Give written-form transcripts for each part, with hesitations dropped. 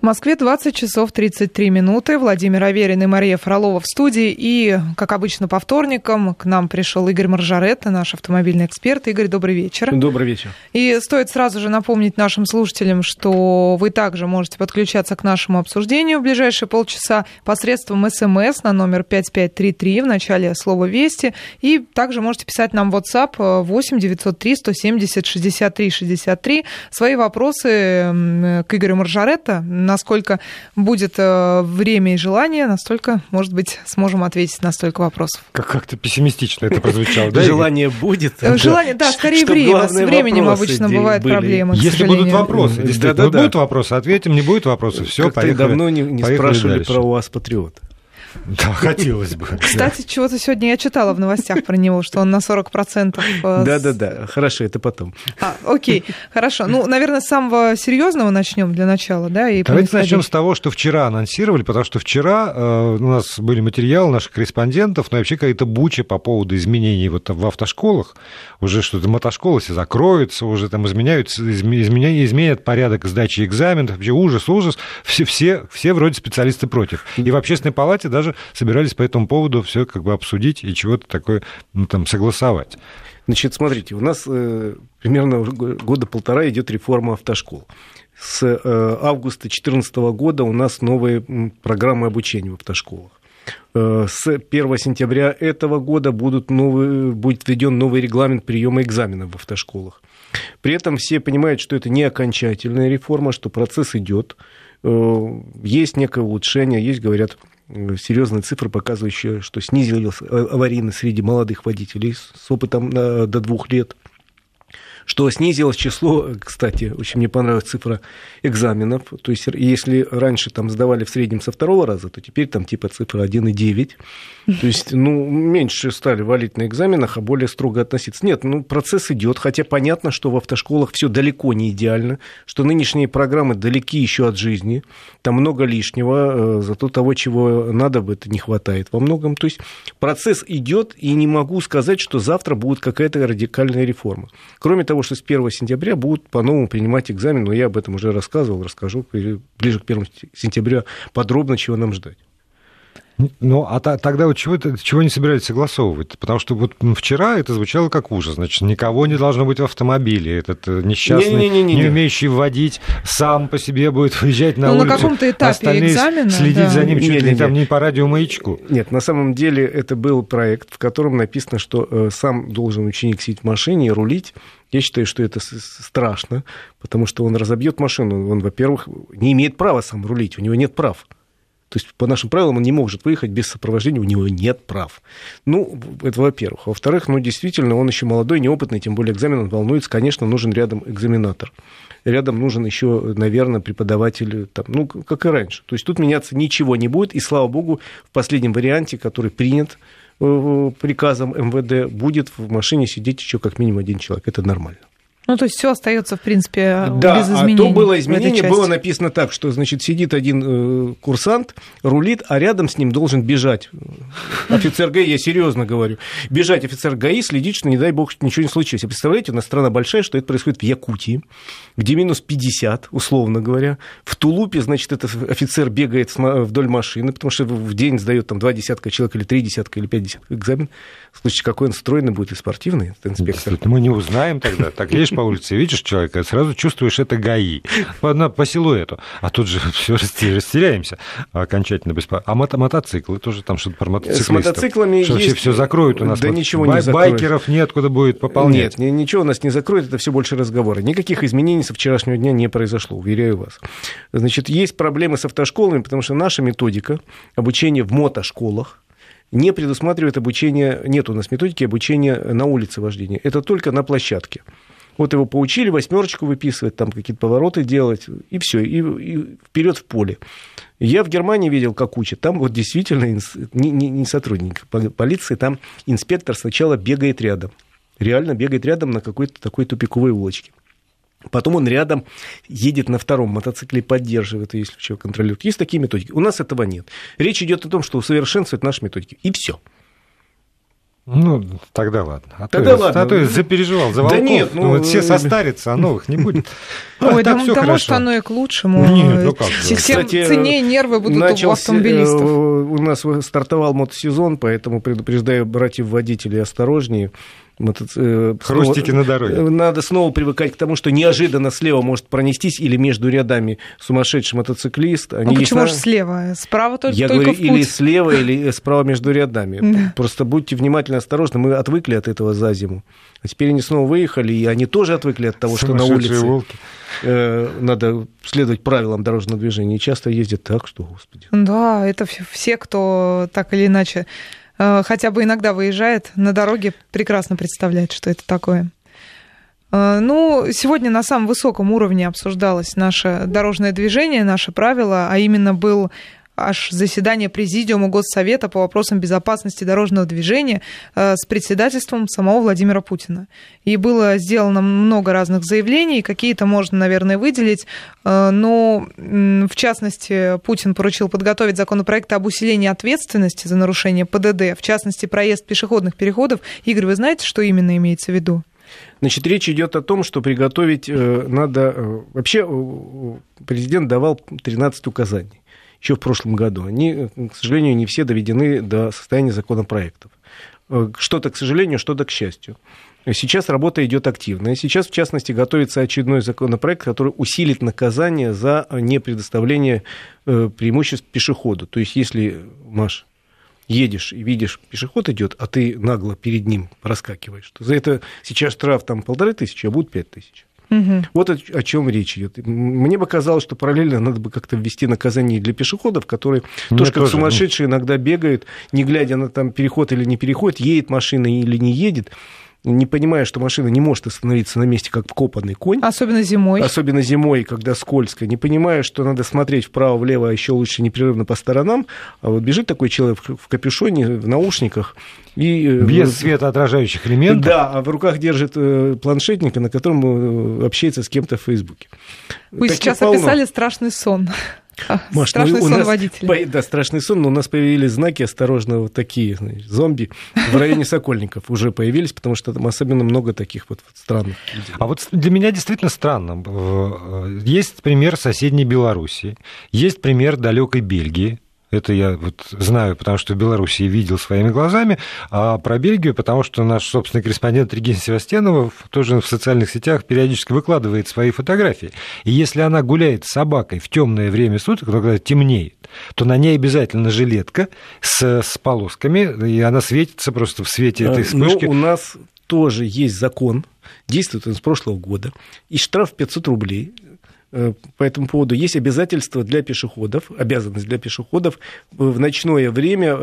В Москве 20 часов 33 минуты. Владимир Аверин и Мария Фролова в студии. И, как обычно, по вторникам к нам пришел Игорь Маржаретта, наш автомобильный эксперт. Игорь, добрый вечер. Добрый вечер. И стоит сразу же напомнить нашим слушателям, что вы также можете подключаться к нашему обсуждению в ближайшие полчаса посредством СМС на номер 5533 в начале слова «Вести». И также можете писать нам в WhatsApp 8 903 170 63 63 свои вопросы к Игорю Маржаретта. Насколько будет время и желание, настолько, может быть, сможем ответить на столько вопросов. Как-то пессимистично это прозвучало, да? Желание будет. Желание, да, скорее время. С временем обычно бывают проблемы. Если будут вопросы, действительно, будут вопросы, ответим, не будет вопросов, все, поехали. Давно не спрашивали про УАЗ-Патриот. Да, хотелось бы. Кстати, чего-то сегодня я читала в новостях про него, что он на 40%... Да, хорошо, это потом. Окей, хорошо. Ну, наверное, с самого серьезного начнем для начала, да? Давайте начнем с того, что вчера анонсировали, потому что вчера у нас были материалы наших корреспондентов, но вообще какая-то буча по поводу изменений вот в автошколах. Уже что-то мотошколы все закроются, уже там изменят порядок сдачи экзаменов. Вообще ужас. Все вроде специалисты против. И в общественной палате даже собирались по этому поводу все как бы обсудить и чего-то такое там согласовать. Значит, смотрите, у нас примерно года полтора идет реформа автошкол. С августа 2014 года у нас новые программы обучения в автошколах. С 1 сентября этого года будет введен новый регламент приема экзаменов в автошколах. При этом все понимают, что это не окончательная реформа, что процесс идет. Есть некое улучшение, есть, говорят, серьезные цифры, показывающие, что снизилась аварийность среди молодых водителей с опытом до 2 лет, что снизилось число, кстати, очень мне понравилась цифра экзаменов, то есть если раньше там сдавали в среднем со 2-го раза, то теперь там типа цифра 1,9, то есть, меньше стали валить на экзаменах, а более строго относиться. Нет, процесс идет, хотя понятно, что в автошколах все далеко не идеально, что нынешние программы далеки еще от жизни, там много лишнего, зато того, чего надо бы, это не хватает во многом. То есть процесс идет, и не могу сказать, что завтра будет какая-то радикальная реформа. Кроме того, что с 1 сентября будут по-новому принимать экзамен, но я об этом уже расскажу ближе к 1 сентября подробно, чего нам ждать. Ну, а тогда вот чего не собирались согласовывать? Потому что вот вчера это звучало как ужас. Значит, никого не должно быть в автомобиле. Этот несчастный, не умеющий водить, сам по себе будет выезжать на улицу. На каком-то этапе экзамена. Следить за ним чуть ли там не по радиомаячку. Нет, на самом деле это был проект, в котором написано, что сам должен ученик сидеть в машине и рулить. Я считаю, что это страшно, потому что он разобьет машину. Он, во-первых, не имеет права сам рулить, у него нет прав. То есть, по нашим правилам, он не может выехать без сопровождения, у него нет прав. Это во-первых. Во-вторых, действительно, он еще молодой, неопытный, тем более экзамен, он волнуется. Конечно, нужен рядом экзаменатор. Рядом нужен еще, наверное, преподаватель, как и раньше. То есть, тут меняться ничего не будет. И, слава богу, в последнем варианте, который принят приказом МВД, будет в машине сидеть еще как минимум один человек. Это нормально. То есть все остается, в принципе, без изменений. Да, а то было изменение, было написано так, что, значит, сидит один курсант, рулит, а рядом с ним должен бежать офицер ГАИ, я серьезно говорю, бежать офицер ГАИ, следить, что, не дай бог, ничего не случилось. Представляете, у нас страна большая, что это происходит в Якутии, где минус 50, условно говоря. В Тулупе, значит, этот офицер бегает вдоль машины, потому что в день сдает там 2 десятка человек, или 3 десятка, или 5 десятков экзамен. В случае, какой он стройный будет и спортивный, этот инспектор. Мы не узнаем тогда. Так едешь по улице, видишь человека, сразу чувствуешь, это ГАИ по силуэту. А тут же все растеряемся окончательно. А мотоциклы тоже там что-то про мотоциклистов. С мотоциклами что есть... все закроют у нас. Да ничего не закроют. Байкеров неоткуда будет пополнять. Нет, ничего у нас не закроет, это все больше разговоры. Никаких изменений со вчерашнего дня не произошло, уверяю вас. Значит, есть проблемы с автошколами, потому что наша методика обучения в мотошколах не предусматривает обучение, нет у нас методики обучения на улице вождения. Это только на площадке. Вот его поучили, 8 выписывать, там какие-то повороты делать, и все, и вперед в поле. Я в Германии видел, как учат. Там вот действительно не сотрудник полиции, там инспектор сначала бегает рядом. Реально бегает рядом на какой-то такой тупиковой улочке. Потом он рядом едет на втором мотоцикле и поддерживает, если что, контролирует. Есть такие методики. У нас этого нет. Речь идет о том, что усовершенствовать наши методики. И все. Ну, тогда ладно. Тогда ладно. А то я запереживал за волков. Да нет, все состарятся, а новых не будет. Ой, да может, оно и к лучшему. Нет, ну как же. Тем ценнее нервы будут у автомобилистов. У нас стартовал мотосезон, поэтому предупреждаю братьев-водителей осторожнее. Хрустики на дороге. Надо снова привыкать к тому, что неожиданно слева может пронестись или между рядами сумасшедший мотоциклист. А почему же слева? Справа только Я говорю, или слева, или справа между рядами. Да. Просто будьте внимательно осторожны. Мы отвыкли от этого за зиму. А теперь они снова выехали, и они тоже отвыкли от того, что на улице надо следовать правилам дорожного движения. И часто ездят так, что, господи. Да, это все, кто так или иначе хотя бы иногда выезжает на дороге, прекрасно представляет, что это такое. Ну, сегодня на самом высоком уровне обсуждалось наше дорожное движение, наши правила, а именно был аж заседание Президиума Госсовета по вопросам безопасности дорожного движения с председательством самого Владимира Путина. И было сделано много разных заявлений, какие-то можно, наверное, выделить, но, в частности, Путин поручил подготовить законопроект об усилении ответственности за нарушение ПДД, в частности, проезд пешеходных переходов. Игорь, вы знаете, что именно имеется в виду? Значит, речь идет о том, что приготовить надо... Вообще, президент давал 13 указаний еще в прошлом году. Они, к сожалению, не все доведены до состояния законопроектов. Что-то к сожалению, что-то к счастью. Сейчас работа идет активная. Сейчас, в частности, готовится очередной законопроект, который усилит наказание за непредоставление преимуществ пешеходу. То есть, если, Маш, едешь и видишь, пешеход идет, а ты нагло перед ним проскакиваешь, то за это сейчас штраф там 1500, а будет 5000. Вот о чем речь идет. Мне бы казалось, что параллельно надо бы как-то ввести наказание для пешеходов, которые тоже как сумасшедшие иногда бегают, не глядя на там переход или не переход, едет машина или не едет, не понимая, что машина не может остановиться на месте, как вкопанный конь. Особенно зимой. Особенно зимой, когда скользко. Не понимая, что надо смотреть вправо-влево, а еще лучше непрерывно по сторонам. А вот бежит такой человек в капюшоне, в наушниках. И, без светоотражающих элементов. Да, а в руках держит планшетник, на котором общается с кем-то в Фейсбуке. Вы сейчас описали страшный сон. Маш, страшный сон водителя. Да, страшный сон, но у нас появились знаки, осторожно, вот такие, значит, зомби в районе Сокольников уже появились, потому что там особенно много таких вот странных людей. А вот для меня действительно странно. Есть пример соседней Белоруссии, есть пример далекой Бельгии. Это я вот знаю, потому что в Беларуси видел своими глазами, а про Бельгию, потому что наш собственный корреспондент Регина Севастьянова тоже в социальных сетях периодически выкладывает свои фотографии. И если она гуляет с собакой в темное время суток, когда темнеет, то на ней обязательно жилетка с полосками, и она светится просто в свете этой вспышки. Ну, у нас тоже есть закон, действует он с прошлого года, и штраф 500 рублей. По этому поводу есть обязательства для пешеходов, обязанность для пешеходов в ночное время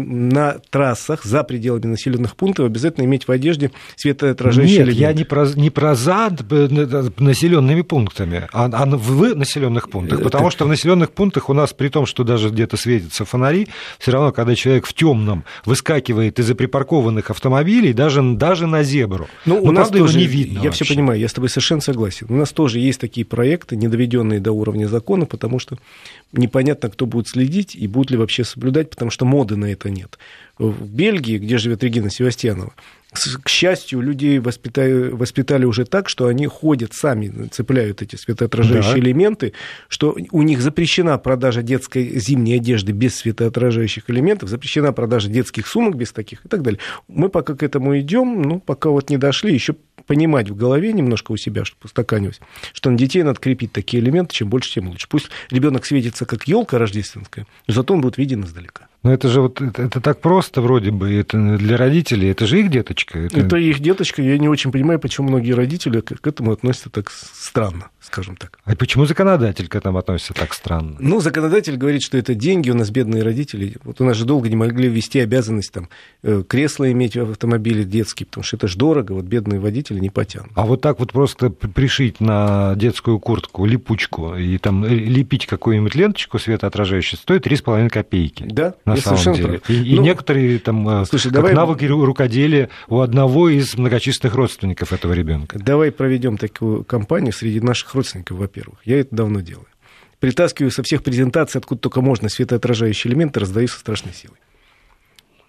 на трассах за пределами населенных пунктов обязательно иметь в одежде светоотражающие элементы. Нет, я не про за населенными пунктами, а в населенных пунктах, потому что в населенных пунктах у нас, при том, что даже где-то светятся фонари, все равно, когда человек в темном выскакивает из-за припаркованных автомобилей, даже на зебру, у нас правда, тоже, его не видно. Я все понимаю, я с тобой совершенно согласен. У нас тоже есть такие проекты, не доведенные до уровня закона, потому что непонятно, кто будет следить и будут ли вообще соблюдать, потому что моды на это нет. В Бельгии, где живет Регина Севастьянова, к счастью, людей воспитали уже так, что они ходят сами, цепляют эти светоотражающие элементы, что у них запрещена продажа детской зимней одежды без светоотражающих элементов, запрещена продажа детских сумок без таких и так далее. Мы пока к этому идем, пока вот не дошли, еще понимать в голове немножко у себя, чтобы устаканивать, что на детей надо крепить такие элементы, чем больше, тем лучше. Пусть ребенок светится как елка рождественская, но зато он будет виден издалека. Но это же вот это так просто вроде бы, это для родителей, это же их деточка. Это их деточка, я не очень понимаю, почему многие родители к этому относятся так странно, скажем так. А почему законодатель к этому относится так странно? Законодатель говорит, что это деньги, у нас бедные родители. Вот у нас же долго не могли ввести обязанность там, кресла иметь в автомобиле детские, потому что это же дорого, вот бедные водители не потянут. А вот так вот просто пришить на детскую куртку липучку и там лепить какую-нибудь ленточку светоотражающую стоит 3,5 копейки. Да. На самом деле. И некоторые там, навыки рукоделия у одного из многочисленных родственников этого ребенка. Давай проведем такую кампанию среди наших родственников, во-первых. Я это давно делаю. Притаскиваю со всех презентаций, откуда только можно, светоотражающие элементы, раздаю со страшной силой.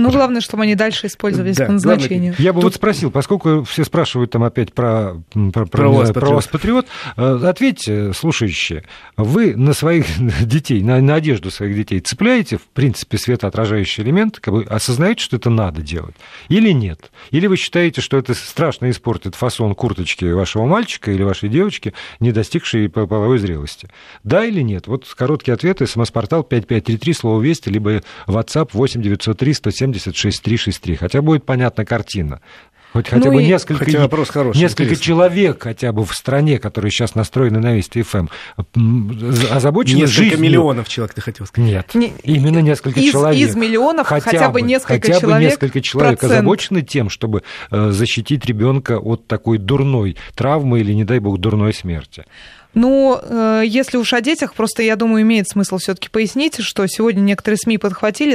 Ну, главное, чтобы они дальше использовались по назначению. Я бы вот спросил, поскольку все спрашивают там опять про вас, патриот, ответьте, слушающие, вы на своих детей, на одежду своих детей цепляете, в принципе, светоотражающий элемент, как бы осознаете, что это надо делать, или нет? Или вы считаете, что это страшно испортит фасон курточки вашего мальчика или вашей девочки, не достигшей половой зрелости? Да или нет? Вот короткие ответы, смс-портал 5533, слово «Вести», либо WhatsApp 8903 170 6363. Хотя будет понятна картина. Хотя бы несколько человек хотя бы в стране, которые сейчас настроены на Вести ФМ, озабочены жизнью. Несколько миллионов человек, ты хотел сказать. Нет, именно несколько человек. Из миллионов хотя бы несколько человек озабочены тем, чтобы защитить ребенка от такой дурной травмы или, не дай бог, дурной смерти. Ну, если уж о детях, просто, я думаю, имеет смысл все-таки пояснить, что сегодня некоторые СМИ подхватили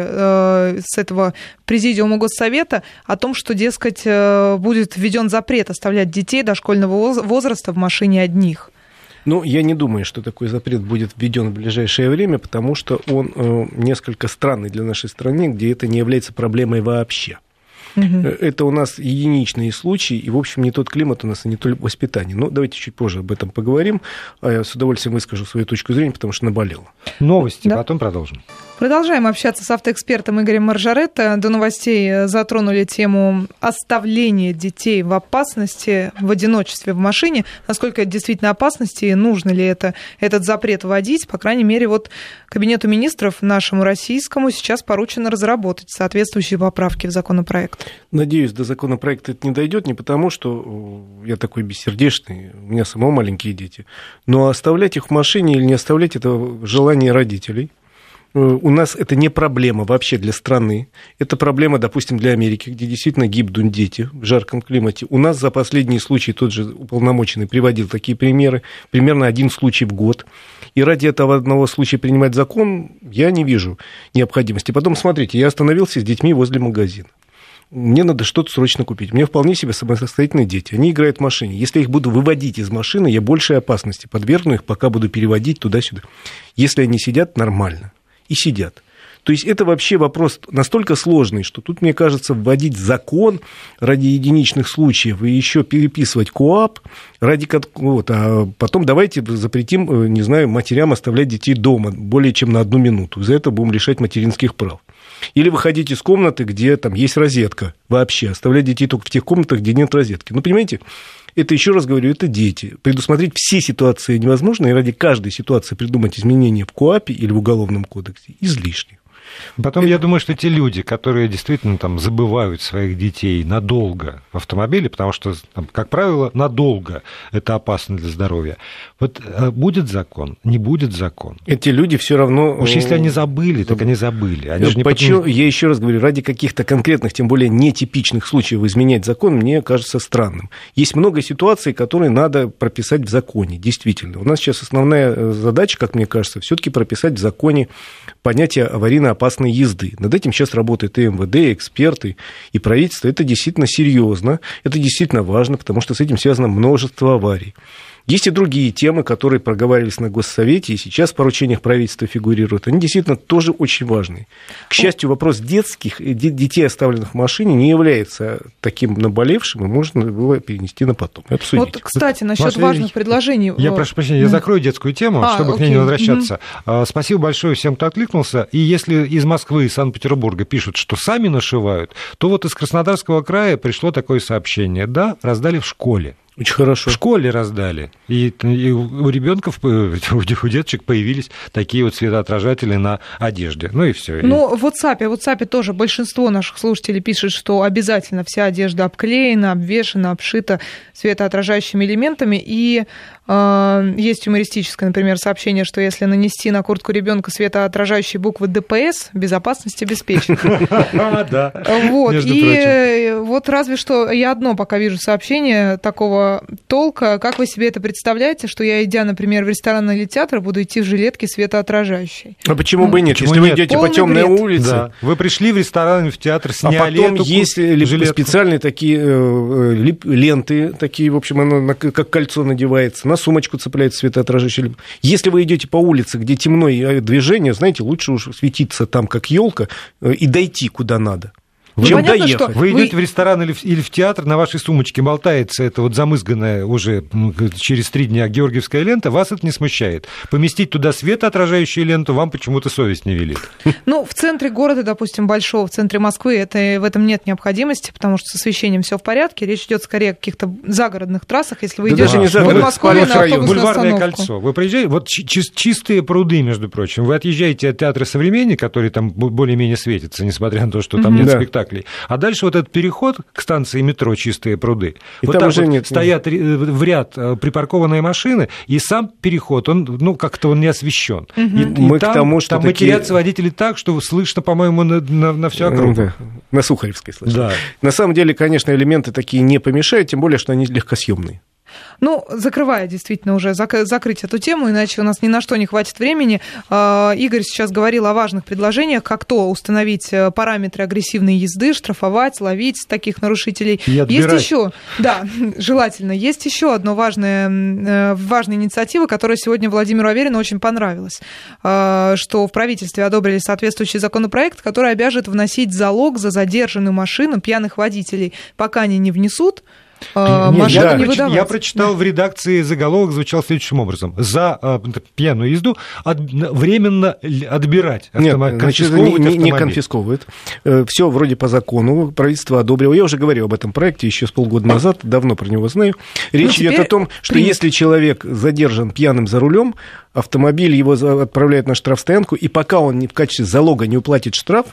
также с этого президиума Госсовета о том, что, дескать, будет введен запрет оставлять детей дошкольного возраста в машине одних. Ну, я не думаю, что такой запрет будет введен в ближайшее время, потому что он несколько странный для нашей страны, где это не является проблемой вообще. Это у нас единичные случаи, и, в общем, не тот климат у нас, и не то воспитание. Но давайте чуть позже об этом поговорим. Я с удовольствием выскажу свою точку зрения, потому что наболело. Новости, да. Потом продолжим. Продолжаем общаться с автоэкспертом Игорем Маржаретто. До новостей затронули тему оставления детей в опасности, в одиночестве в машине. Насколько это действительно опасности, и нужно ли этот запрет вводить? По крайней мере, вот Кабинету министров нашему российскому сейчас поручено разработать соответствующие поправки в законопроект. Надеюсь, до законопроекта это не дойдет, не потому, что я такой бессердечный, у меня самого маленькие дети, но оставлять их в машине или не оставлять — это желание родителей. У нас это не проблема вообще для страны. Это проблема, допустим, для Америки, где действительно гибнут дети в жарком климате. У нас за последние случаи тот же уполномоченный приводил такие примеры. Примерно 1 случай в год. И ради этого одного случая принимать закон я не вижу необходимости. Потом, смотрите, я остановился с детьми возле магазина. Мне надо что-то срочно купить. У меня вполне себе самостоятельные дети. Они играют в машине. Если я их буду выводить из машины, я большей опасности подвергну их, пока буду переводить туда-сюда. Если они сидят, нормально. И сидят. То есть это вообще вопрос настолько сложный, что тут, мне кажется, вводить закон ради единичных случаев и еще переписывать КоАП ради... Вот, а потом давайте запретим, не знаю, матерям оставлять детей дома более чем на 1 минуту. За это будем лишать материнских прав. Или выходить из комнаты, где там есть розетка вообще, оставлять детей только в тех комнатах, где нет розетки. Ну, понимаете, это, еще раз говорю, это дети. Предусмотреть все ситуации невозможно, и ради каждой ситуации придумать изменения в КоАПе или в Уголовном кодексе излишне. Потом, я думаю, что те люди, которые действительно там забывают своих детей надолго в автомобиле, потому что, там, как правило, надолго это опасно для здоровья. Вот будет закон, не будет закон. Эти люди все равно... Уж если они забыли, так они забыли. Они же Я еще раз говорю, ради каких-то конкретных, тем более нетипичных случаев изменять закон, мне кажется странным. Есть много ситуаций, которые надо прописать в законе, действительно. У нас сейчас основная задача, как мне кажется, все-таки прописать в законе понятие аварийно-опасной езды. Над этим сейчас работает и МВД, и эксперты, и правительство. Это действительно серьезно, это действительно важно, потому что с этим связано множество аварий. Есть и другие темы, которые проговаривались на Госсовете, и сейчас в поручениях правительства фигурируют. Они действительно тоже очень важны. К счастью, вопрос детей, оставленных в машине, не является таким наболевшим, и можно было перенести на потом. Обсудить. Вот, кстати, насчет важных предложений. Я прошу прощения, я закрою детскую тему, чтобы к ней не возвращаться. Спасибо большое всем, кто откликнулся. И если из Москвы и Санкт-Петербурга пишут, что сами нашивают, то вот из Краснодарского края пришло такое сообщение. Да, раздали в школе. Очень хорошо. В школе раздали. И у ребенков, у деточек появились такие вот светоотражатели на одежде. Ну и все. Ну, в WhatsApp тоже большинство наших слушателей пишет, что обязательно вся одежда обклеена, обвешена, обшита светоотражающими элементами. И есть юмористическое, например, сообщение, что если нанести на куртку ребенка светоотражающие буквы ДПС, безопасность обеспечена. Да. Вот. И вот разве что я одно пока вижу сообщение такого никакого толка. Как вы себе это представляете, что я, идя, например, в ресторан или театр, буду идти в жилетке светоотражающей? А почему бы и нет? Почему если нет? вы идете по Полный темной бред. улице, Да. Вы пришли в ресторан, в театр, сняли а потом эту есть жилетку. специальные такие ленты, такие, в общем, оно как кольцо надевается, на сумочку цепляется светоотражающий. Если вы идете по улице, где темно и движение, знаете, лучше уж светиться там, как елка, и дойти куда надо. Чем понятно, доехать. что Вы идете в ресторан или в театр, на вашей сумочке болтается эта вот замызганная уже через 3 дня георгиевская лента, вас это не смущает. Поместить туда светоотражающую ленту вам почему-то совесть не велит. Ну, в центре города, допустим, большого, в центре Москвы, в этом нет необходимости, потому что с освещением все в порядке. Речь идет скорее о каких-то загородных трассах, если вы Да идете даже не в загородных, Подмосковье на автобусную Бульварное остановку. кольцо. Вы приезжаете, вот чистые пруды, между прочим. Вы отъезжаете от театра «Современник», который там более-менее светится, несмотря на то, что там нет Да. спектаклей. А дальше вот этот переход к станции метро «Чистые пруды», И вот там так уже вот нет. стоят в ряд припаркованные машины, и сам переход, он как-то он не освещен. И Мы к тому, что там такие- матерятся водители так, что слышно, по-моему, на всю округу. Да, на Сухаревской слышно. Да. На самом деле, конечно, элементы такие не помешают, тем более, что они легкосъемные. Ну, закрывая действительно уже, закрыть эту тему, иначе у нас ни на что не хватит времени. Игорь сейчас говорил о важных предложениях, как то установить параметры агрессивной езды, штрафовать, ловить таких нарушителей. И отбирать. Есть еще, да, желательно, есть еще одна важная инициатива, которая сегодня Владимиру Аверину очень понравилась, что в правительстве одобрили соответствующий законопроект, который обяжет вносить залог за задержанную машину пьяных водителей. Пока они не внесут, машину не выдавать. Я прочитал в редакции, заголовок звучал следующим образом. За пьяную езду временно отбирать Нет, значит, не конфисковывают. Все вроде по закону, правительство одобрило. Я уже говорил об этом проекте еще с полгода назад, давно про него знаю. Речь идет о том, что если человек задержан пьяным за рулем, автомобиль его отправляют на штрафстоянку, и пока он в качестве залога не уплатит штраф,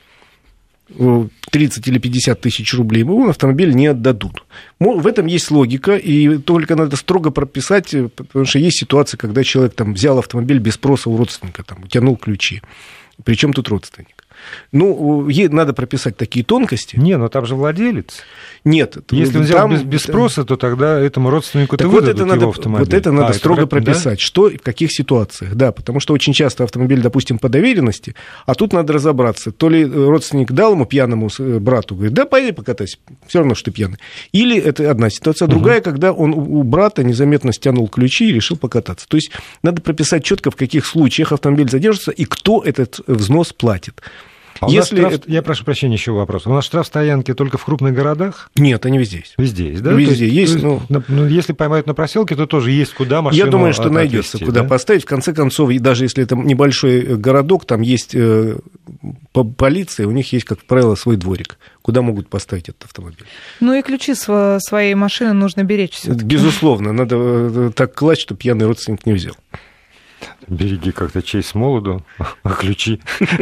30 или 50 тысяч рублей, ему автомобиль не отдадут. В этом есть логика, и только надо строго прописать, потому что есть ситуация, когда человек там взял автомобиль без спроса у родственника, там, утянул ключи. Причем тут родственник? Ну, надо прописать такие тонкости. Не, но там же владелец. Нет. Если он взял без спроса, то тогда этому родственнику-то выдадут его автомобиль. Вот это надо строго прописать, что и в каких ситуациях. Да, потому что очень часто автомобиль, допустим, по доверенности, а тут надо разобраться, то ли родственник дал ему пьяному брату, говорит, да, пойди покатайся, все равно, что ты пьяный. Или это одна ситуация, другая, когда он у брата незаметно стянул ключи и решил покататься. То есть надо прописать четко, в каких случаях автомобиль задержится и кто этот взнос платит. Я прошу прощения, еще вопрос. У нас штрафстоянки только в крупных городах? Нет, они везде есть. Везде есть, да? Везде есть. Если поймают на проселке, то тоже есть куда машину Я думаю, что найдется, куда поставить. В конце концов, и даже если это небольшой городок, там есть полиция, у них есть, как правило, свой дворик, куда могут поставить этот автомобиль. Ну и ключи своей машины нужно беречь всё-таки. Безусловно, надо так класть, чтобы пьяный родственник не взял. Береги как-то честь молоду, а ключи...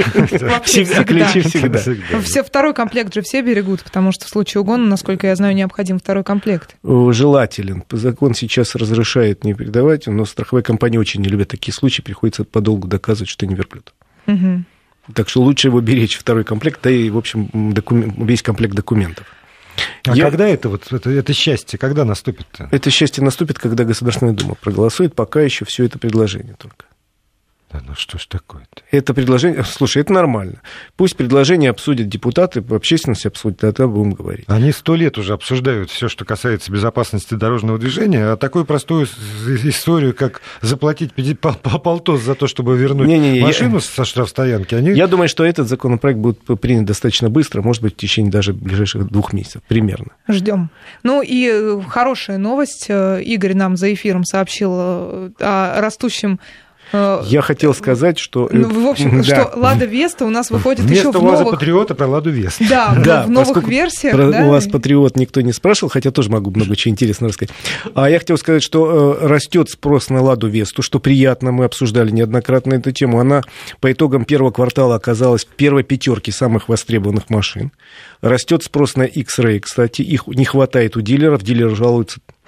Ключи всегда. Второй комплект же все берегут, потому что в случае угона, насколько я знаю, необходим второй комплект. Желателен. Закон сейчас разрешает не передавать, но страховые компании очень не любят такие случаи, приходится подолгу доказывать, что не верблюд. Угу. Так что лучше его беречь, второй комплект, да и, в общем, весь комплект документов. Когда это счастье, когда наступит-то? Это счастье наступит, когда Государственная Дума проголосует, пока еще все это предложение только. Да ну что ж такое-то? Это предложение... Слушай, это нормально. Пусть предложение обсудят депутаты, общественность обсудит, тогда будем говорить. Они 100 лет уже обсуждают все, что касается безопасности дорожного движения, а такую простую историю, как заплатить полтос за то, чтобы вернуть машину со штрафстоянки, они... Я думаю, что этот законопроект будет принят достаточно быстро, может быть, в течение даже ближайших 2 месяцев, примерно. Ждем. Ну и хорошая новость. Игорь нам за эфиром сообщил о растущем... Я хотел сказать, что... в общем, что «Лада Веста» у нас выходит еще в новых... Вместо УАЗа-Патриота про «Ладу Весту». Да, в новых версиях. У вас «Патриот» никто не спрашивал, хотя тоже могу много чего интересного рассказать. А я хотел сказать, что растет спрос на «Ладу Весту», что приятно, мы обсуждали неоднократно эту тему. Она по итогам первого квартала оказалась в первой 5 самых востребованных машин. Растет спрос на X-Ray, кстати, их не хватает у дилеров, дилеры жалуются.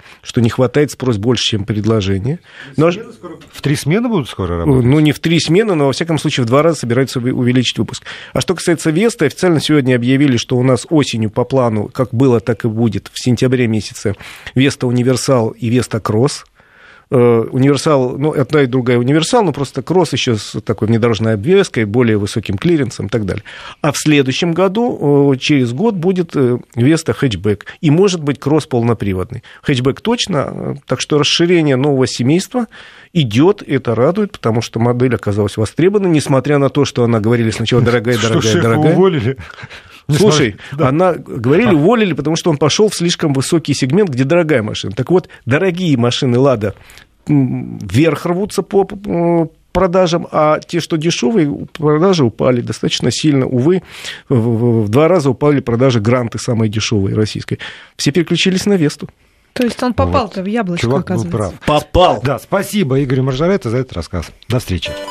что не хватает, спрос больше, чем предложение. Но... В 3 смены будут скоро работать? Ну, не в 3 смены, но, во всяком случае, в 2 раза собираются увеличить выпуск. А что касается Веста, официально сегодня объявили, что у нас осенью по плану, как было, так и будет, в сентябре месяце, Веста Универсал и Веста Кросс. Универсал, ну, одна и другая универсал, но просто кросс еще с такой внедорожной обвеской, более высоким клиренсом и так далее. А в следующем году, через год, будет Веста хэтчбэк. И, может быть, кросс полноприводный. Хэтчбэк точно, так что расширение нового семейства идет, это радует, потому что модель оказалась востребована, несмотря на то, что она, говорили сначала, дорогая. Уволили? Слушай, она, говорили, уволили, потому что он пошел в слишком высокий сегмент, где дорогая машина. Так вот, дорогие машины «Лада» вверх рвутся по продажам, а те, что дешевые, продажи упали достаточно сильно. Увы, в 2 раза упали продажи «Гранты», самой дешевой российской. Все переключились на «Весту». То есть он попал-то в яблочко, Чувак оказывается. был прав. Попал. Да, спасибо Игорю Маржаретто за этот рассказ. До встречи.